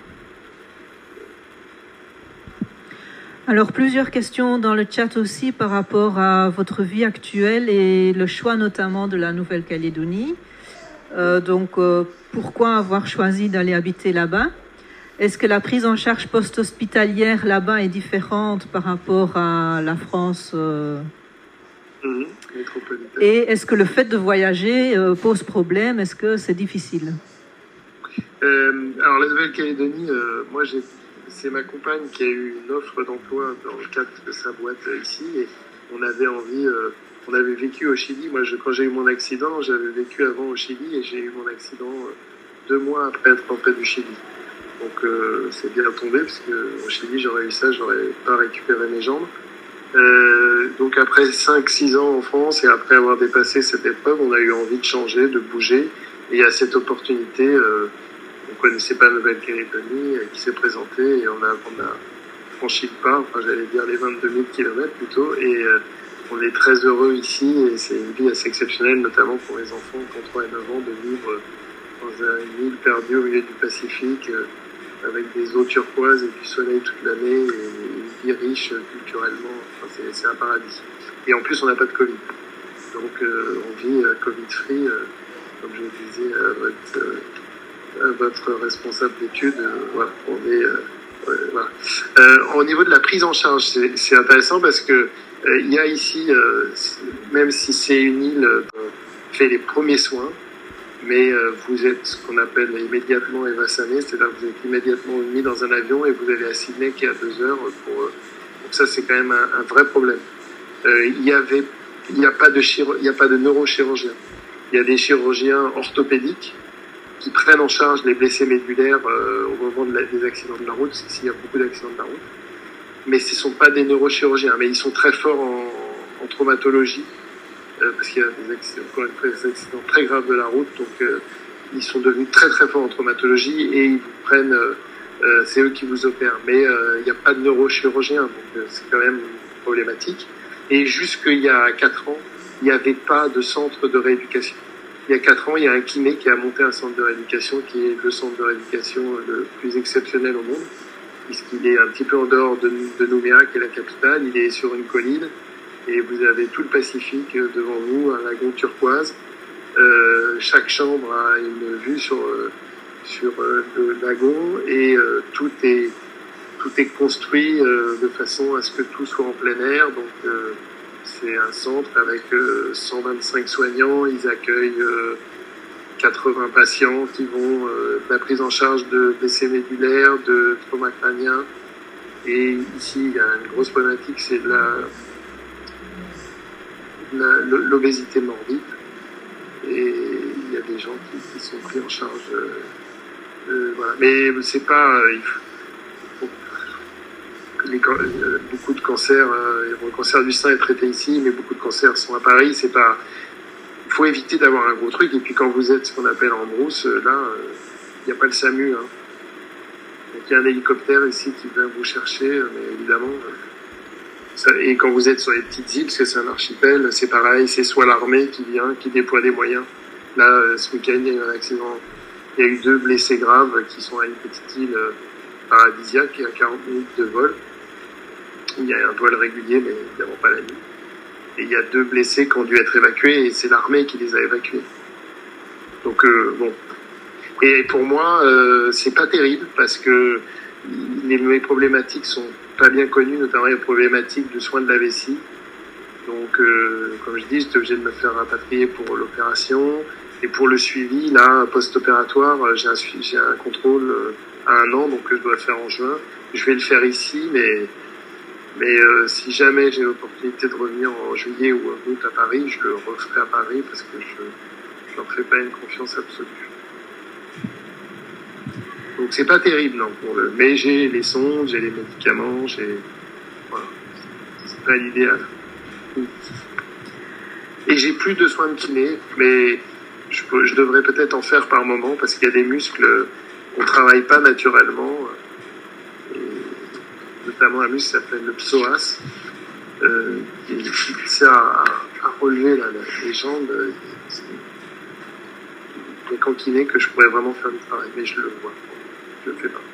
Alors, plusieurs questions dans le chat aussi par rapport à votre vie actuelle et le choix notamment de la Nouvelle-Calédonie. Pourquoi avoir choisi d'aller habiter là-bas? Est-ce que la prise en charge post-hospitalière là-bas est différente par rapport à la France métropolitaine? Et est-ce que le fait de voyager pose problème? Est-ce que c'est difficile? Alors, la Nouvelle-Calédonie, c'est ma compagne qui a eu une offre d'emploi dans le cadre de sa boîte ici et on avait vécu au Chili. Moi, quand j'ai eu mon accident, j'avais vécu avant au Chili et j'ai eu mon accident 2 mois après être rentré du Chili. Donc, c'est bien tombé parce que au Chili, j'aurais eu ça, j'aurais pas récupéré mes jambes. Donc, après 5-6 ans en France et après avoir dépassé cette épreuve, on a eu envie de changer, de bouger et à cette opportunité, on connaissait pas Nouvelle-Calédonie qui s'est présentée et on a franchi le pas, enfin j'allais dire les 22 000 kilomètres plutôt, et on est très heureux ici et c'est une vie assez exceptionnelle, notamment pour les enfants qui ont 3 et 9 ans, de vivre dans une île perdue au milieu du Pacifique avec des eaux turquoises et du soleil toute l'année et une vie riche culturellement, enfin, c'est un paradis. Et en plus on n'a pas de Covid, donc on vit Covid-free, comme je le disais à votre responsable d'études, voilà, voilà. Au niveau de la prise en charge, c'est intéressant parce que il y a ici, même si c'est une île, on fait les premiers soins, mais vous êtes ce qu'on appelle immédiatement évassané, c'est-à-dire que vous êtes immédiatement mis dans un avion et vous allez à Sydney qui est à 2 heures pour Donc ça, c'est quand même un vrai problème. Il n'y a pas de neurochirurgien. Il y a des chirurgiens orthopédiques qui prennent en charge les blessés médulaires au moment des accidents de la route, s'il y a beaucoup d'accidents de la route. Mais ce ne sont pas des neurochirurgiens, mais ils sont très forts en traumatologie, parce qu'il y a des accidents très graves de la route, donc ils sont devenus très très forts en traumatologie et ils vous prennent, c'est eux qui vous opèrent. Mais il n'y a pas de neurochirurgien, donc c'est quand même problématique. Et jusqu'il y a 4 ans, il n'y avait pas de centre de rééducation. Il y a 4 ans, il y a un kiné qui a monté un centre de rééducation qui est le centre de rééducation le plus exceptionnel au monde, puisqu'il est un petit peu en dehors de Nouméa, qui est la capitale. Il est sur une colline et vous avez tout le Pacifique devant vous, un lagon turquoise. Chaque chambre a une vue sur le lagon et tout est construit de façon à ce que tout soit en plein air. Donc c'est un centre avec 125 soignants. Ils accueillent 80 patients qui vont de la prise en charge de blessés médulaires, de trauma crânien. Et ici, il y a une grosse problématique, c'est l'obésité morbide. Et il y a des gens qui sont pris en charge. Voilà. Mais c'est pas... beaucoup de cancers, le cancer du sein est traité ici, mais beaucoup de cancers sont à Paris. C'est pas... Il faut éviter d'avoir un gros truc. Et puis quand vous êtes ce qu'on appelle en brousse, là, il n'y a pas le SAMU. Hein. Donc il y a un hélicoptère ici qui vient vous chercher, mais évidemment... et quand vous êtes sur les petites îles, parce que c'est un archipel, c'est pareil, c'est soit l'armée qui vient, qui déploie des moyens. Là, ce week-end, il y a eu un accident. Il y a eu 2 blessés graves qui sont à une petite île paradisiaque, qui est à 40 minutes de vol. Il y a un vol régulier, mais évidemment pas la nuit. Et il y a 2 blessés qui ont dû être évacués, et c'est l'armée qui les a évacués. Donc, bon. Et pour moi, c'est pas terrible, parce que mes problématiques sont pas bien connues, notamment les problématiques de soins de la vessie. Donc, comme je dis, j'étais obligé de me faire rapatrier pour l'opération. Et pour le suivi, là, post-opératoire, j'ai un contrôle à 1 an, donc je dois le faire en juin. Je vais le faire ici, mais si jamais j'ai l'opportunité de revenir en juillet ou en août à Paris, je le referai à Paris parce que je leur fais pas une confiance absolue. Donc c'est pas terrible, non, mais j'ai les sondes, j'ai les médicaments, voilà. C'est pas l'idéal. Et j'ai plus de soins de kiné, mais je devrais peut-être en faire par moment parce qu'il y a des muscles qu'on travaille pas naturellement. Notamment un muscle qui s'appelle le psoas, qui sert à relever les jambes. Des canquinés que je pourrais vraiment faire du travail, mais je le vois, je le fais pas.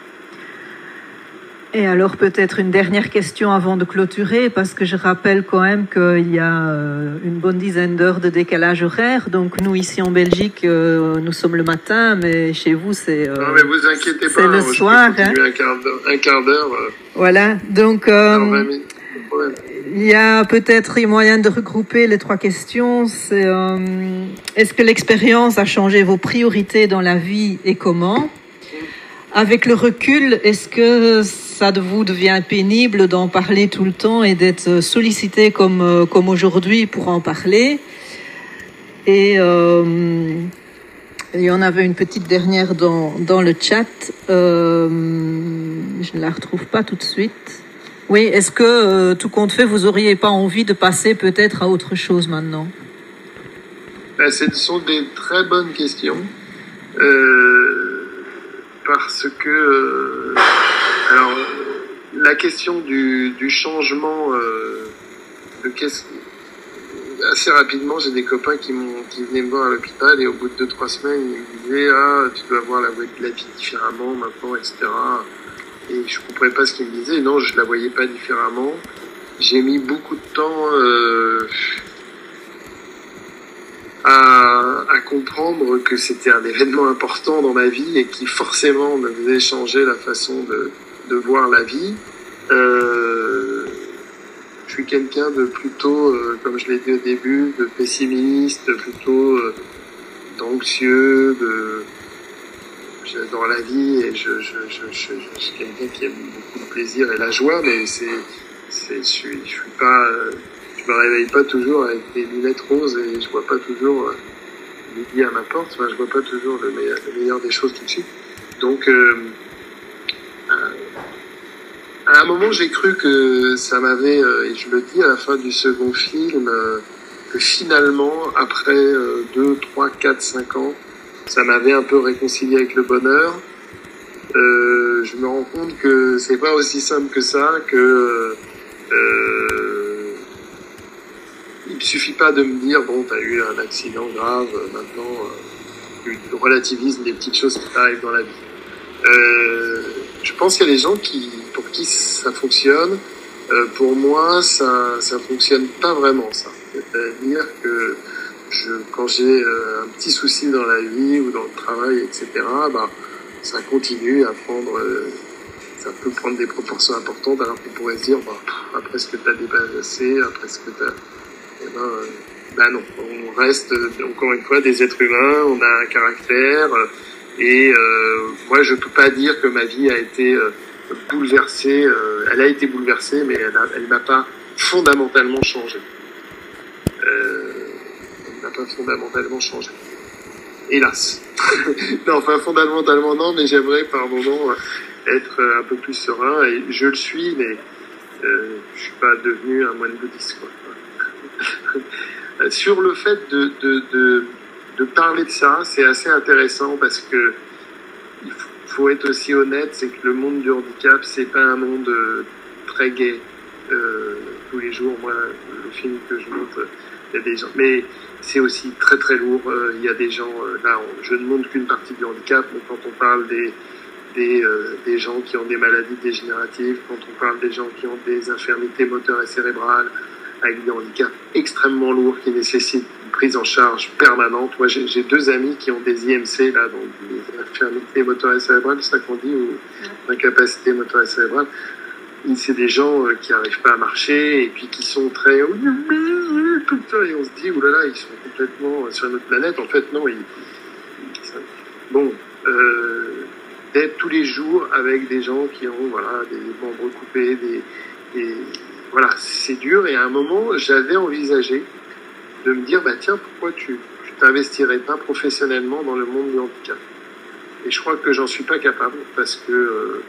Et alors peut-être une dernière question avant de clôturer, parce que je rappelle quand même qu'il y a une bonne dizaine d'heures de décalage horaire. Donc nous ici en Belgique, nous sommes le matin, mais chez vous c'est non mais vous inquiétez pas, c'est le soir. Hein. Un quart d'heure. Voilà, donc il y a peut-être moyen de regrouper les 3 questions. C'est est-ce que l'expérience a changé vos priorités dans la vie et comment ? Avec le recul, est-ce que ça vous devient pénible d'en parler tout le temps et d'être sollicité comme aujourd'hui pour en parler ? Et il y en avait une petite dernière dans le chat. Je ne la retrouve pas tout de suite. Oui, est-ce que tout compte fait, vous auriez pas envie de passer peut-être à autre chose maintenant ? Ce sont des très bonnes questions. Parce que alors la question du changement assez rapidement, j'ai des copains qui venaient me voir à l'hôpital et au bout de 2-3 semaines ils me disaient tu dois voir la vie différemment maintenant, etc. Et je comprenais pas ce qu'ils me disaient. Non, je la voyais pas différemment. J'ai mis beaucoup de temps à comprendre que c'était un événement important dans ma vie et qui forcément me faisait changer la façon de voir la vie. Je suis quelqu'un de plutôt, comme je l'ai dit au début, de pessimiste, plutôt d'anxieux, j'adore la vie et je suis quelqu'un qui aime beaucoup le plaisir et la joie, mais je suis pas, je me réveille pas toujours avec des lunettes roses et je vois pas toujours midi à ma porte. Enfin, je vois pas toujours le meilleur des choses tout de suite. Donc, à un moment, j'ai cru que ça m'avait, et je le dis à la fin du second film, que finalement, après 2, 3, 4, 5 ans, ça m'avait un peu réconcilié avec le bonheur. Je me rends compte que c'est pas aussi simple que ça, que il suffit pas de me dire bon, t'as eu un accident grave, maintenant tu relativises les petites choses qui t'arrivent dans la vie. Je pense qu'il y a des gens pour qui ça fonctionne. Pour moi, ça fonctionne pas vraiment, ça. C'est-à-dire que quand j'ai un petit souci dans la vie ou dans le travail, etc., bah, ça continue à prendre, ça peut prendre des proportions importantes, alors qu'on pourrait se dire, bah, après ce que t'as dépassé, après ce que t'as, bah non, on reste encore une fois des êtres humains, on a un caractère, et moi je peux pas dire que ma vie a été bouleversée, elle a été bouleversée, mais elle n'a pas fondamentalement changé. Elle n'a pas fondamentalement changé. Hélas. Non, enfin fondamentalement non, mais j'aimerais par moment être un peu plus serein, et je le suis, mais je suis pas devenu un moine bouddhiste, quoi. Sur le fait de parler de ça, c'est assez intéressant parce que il faut être aussi honnête, c'est que le monde du handicap, c'est pas un monde très gai. Tous les jours, moi, le film que je montre, il y a des gens, mais c'est aussi très très lourd. Il y a des gens, là, je ne montre qu'une partie du handicap, mais quand on parle des gens qui ont des maladies dégénératives, quand on parle des gens qui ont des infirmités moteurs et cérébrales, avec des handicaps extrêmement lourds qui nécessitent une prise en charge permanente. Moi, j'ai 2 amis qui ont des IMC, là, donc des infirmités moteur et cérébrales, c'est ça qu'on dit, ou incapacité moteur et cérébrale. C'est des gens qui n'arrivent pas à marcher et puis qui sont très tout le temps, et on se dit oulala, ils sont complètement sur notre planète. En fait, non. Bon, d'être tous les jours avec des gens qui ont des membres coupés, voilà, c'est dur. Et à un moment, j'avais envisagé de me dire, bah tiens, pourquoi tu t'investirais pas professionnellement dans le monde du handicap? Et je crois que j'en suis pas capable parce que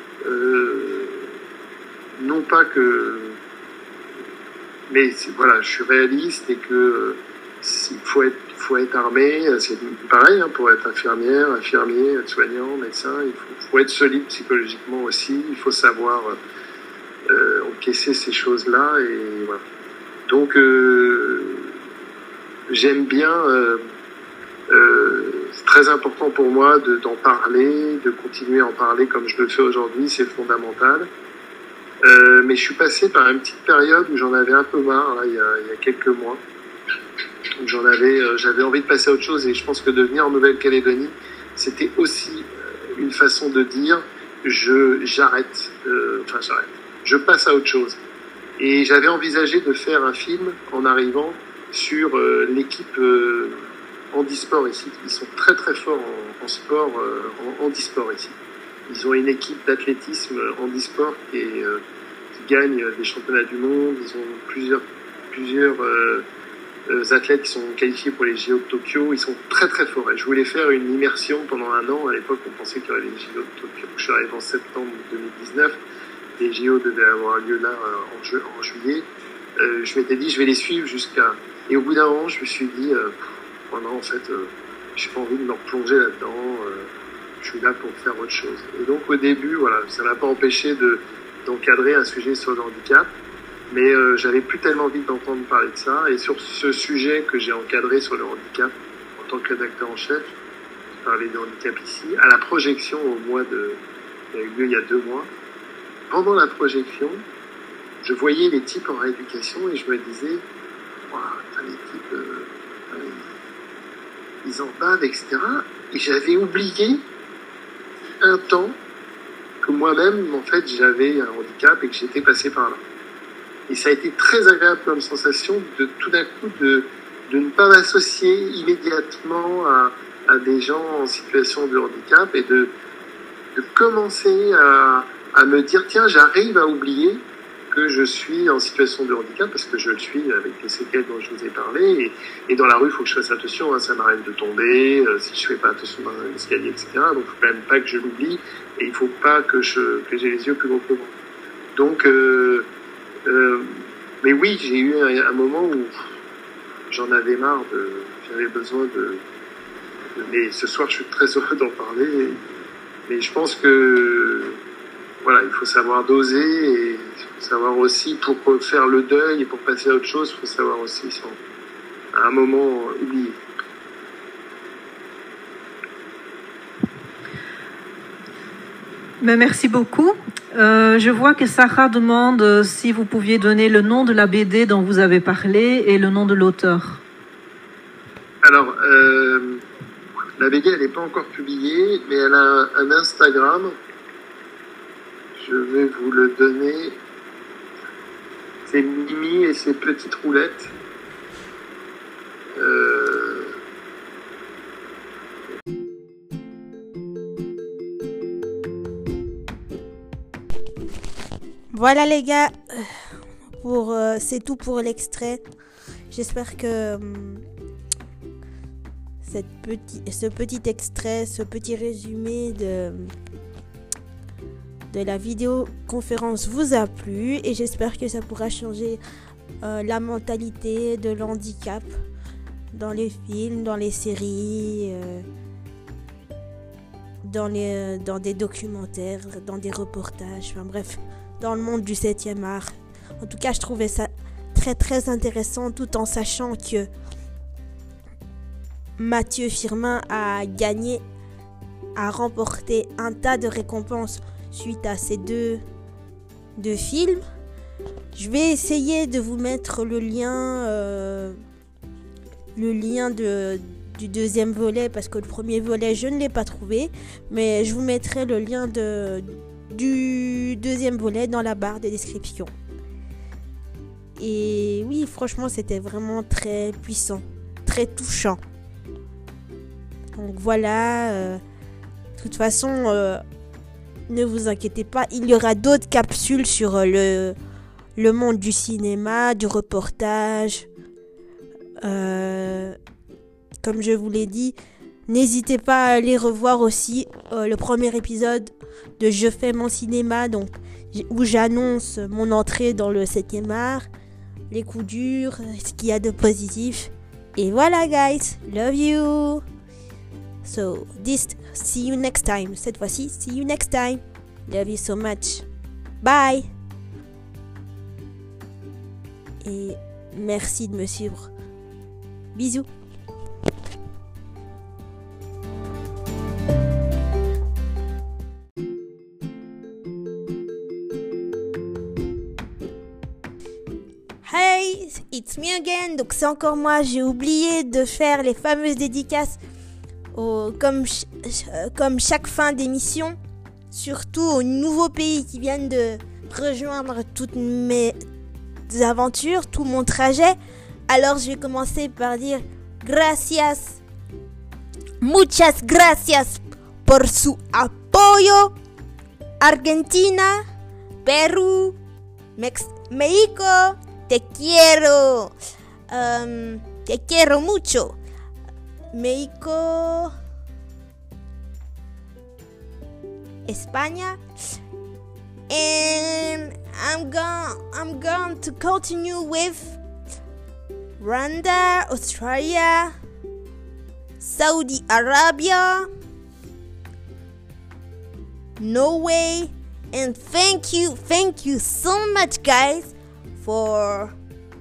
non pas que, mais voilà, je suis réaliste et que il faut être armé. C'est pareil pour être infirmière, infirmier, être soignant, médecin. Il faut être solide psychologiquement aussi. Il faut savoir encaisser ces choses-là, et voilà. Donc j'aime bien, c'est très important pour moi d'en parler, de continuer à en parler comme je le fais aujourd'hui, c'est fondamental. Mais je suis passé par une petite période où j'en avais un peu marre, là, il y a quelques mois, où j'avais envie de passer à autre chose, et je pense que de venir en Nouvelle-Calédonie, c'était aussi une façon de dire j'arrête, je passe à autre chose. Et j'avais envisagé de faire un film en arrivant sur l'équipe handisport ici. Ils sont très très forts en sport, en handisport ici. Ils ont une équipe d'athlétisme handisport qui gagne des championnats du monde. Ils ont plusieurs athlètes qui sont qualifiés pour les JO de Tokyo. Ils sont très très forts. Et je voulais faire une immersion pendant 1 an. À l'époque, on pensait qu'il y aurait les JO de Tokyo. Je suis arrivé en septembre 2019. Les JO devaient avoir lieu là en juillet. Je m'étais dit, je vais les suivre jusqu'à... Et au bout d'un moment, je me suis dit, non, en fait, j'ai pas envie de me replonger là-dedans. Je suis là pour faire autre chose. Et donc, au début, voilà, ça m'a pas empêché d'encadrer un sujet sur le handicap. Mais j'avais plus tellement envie d'entendre parler de ça. Et sur ce sujet que j'ai encadré sur le handicap, en tant que rédacteur en chef, je parlais de handicap ici, à la projection qui a eu lieu il y a 2 mois, pendant la projection, je voyais les types en rééducation et je me disais, les types, ils en bavent, etc. Et j'avais oublié un temps que moi-même, en fait, j'avais un handicap et que j'étais passé par là. Et ça a été très agréable comme sensation de tout d'un coup de ne pas m'associer immédiatement à des gens en situation de handicap et de commencer à me dire, tiens, j'arrive à oublier que je suis en situation de handicap, parce que je le suis avec les séquelles dont je vous ai parlé, et dans la rue, il faut que je fasse attention, hein, ça m'arrive de tomber, si je fais pas attention dans l'escalier, etc. Donc, il faut quand même pas que je l'oublie, et il faut pas que j'ai les yeux plus gros que moi. Donc, mais oui, j'ai eu un moment où j'en avais marre, j'avais besoin mais ce soir, je suis très heureux d'en parler, mais je pense que voilà, il faut savoir doser et il faut savoir aussi, pour faire le deuil et pour passer à autre chose, il faut savoir aussi à un moment oublier. Mais merci beaucoup. Je vois que Sarah demande si vous pouviez donner le nom de la BD dont vous avez parlé et le nom de l'auteur. Alors, la BD, elle n'est pas encore publiée, mais elle a un Instagram. Je vais vous le donner. C'est Mimi et ses petites roulettes. Voilà les gars, c'est tout pour l'extrait. J'espère que ce petit extrait, ce petit résumé de la vidéoconférence vous a plu, et j'espère que ça pourra changer la mentalité de l'handicap dans les films, dans les séries, dans des documentaires, dans des reportages, enfin bref, dans le monde du 7e art. En tout cas, je trouvais ça très très intéressant, tout en sachant que Mathieu Firmin a remporté un tas de récompenses suite à ces deux films. Je vais essayer de vous mettre le lien du deuxième volet, parce que le premier volet je ne l'ai pas trouvé, mais je vous mettrai le lien du deuxième volet dans la barre de description. Et oui, franchement, c'était vraiment très puissant, très touchant. Donc voilà, de toute façon, ne vous inquiétez pas, il y aura d'autres capsules sur le monde du cinéma, du reportage. Comme je vous l'ai dit, n'hésitez pas à aller revoir aussi le premier épisode de Je fais mon cinéma, donc où j'annonce mon entrée dans le 7e art, les coups durs, ce qu'il y a de positif. Et voilà guys, love you. So see you next time. Cette fois-ci, see you next time. Love you so much. Bye. Et merci de me suivre. Bisous. Hey, it's me again. Donc c'est encore moi. J'ai oublié de faire les fameuses dédicaces comme chaque fin d'émission, surtout aux nouveaux pays qui viennent de rejoindre toutes mes aventures, tout mon trajet. Alors je vais commencer par dire gracias, muchas gracias por su apoyo. Argentina, Perú, México, te quiero mucho. México, España, and I'm going to continue with Rwanda, Australia, Saudi Arabia, Norway, and thank you so much guys for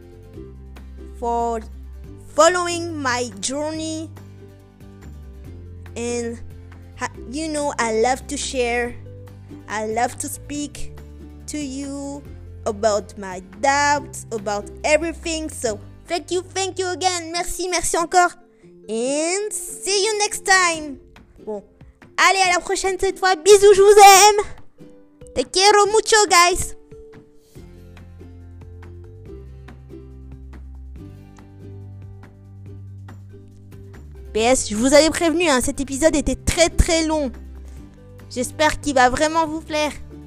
following my journey. And you know, I love to share, I love to speak to you about my doubts, about everything. So thank you again. Merci encore. And see you next time. Bon, allez, à la prochaine cette fois. Bisous, je vous aime. Te quiero mucho, guys. PS, je vous avais prévenu, hein, cet épisode était très très long. J'espère qu'il va vraiment vous plaire.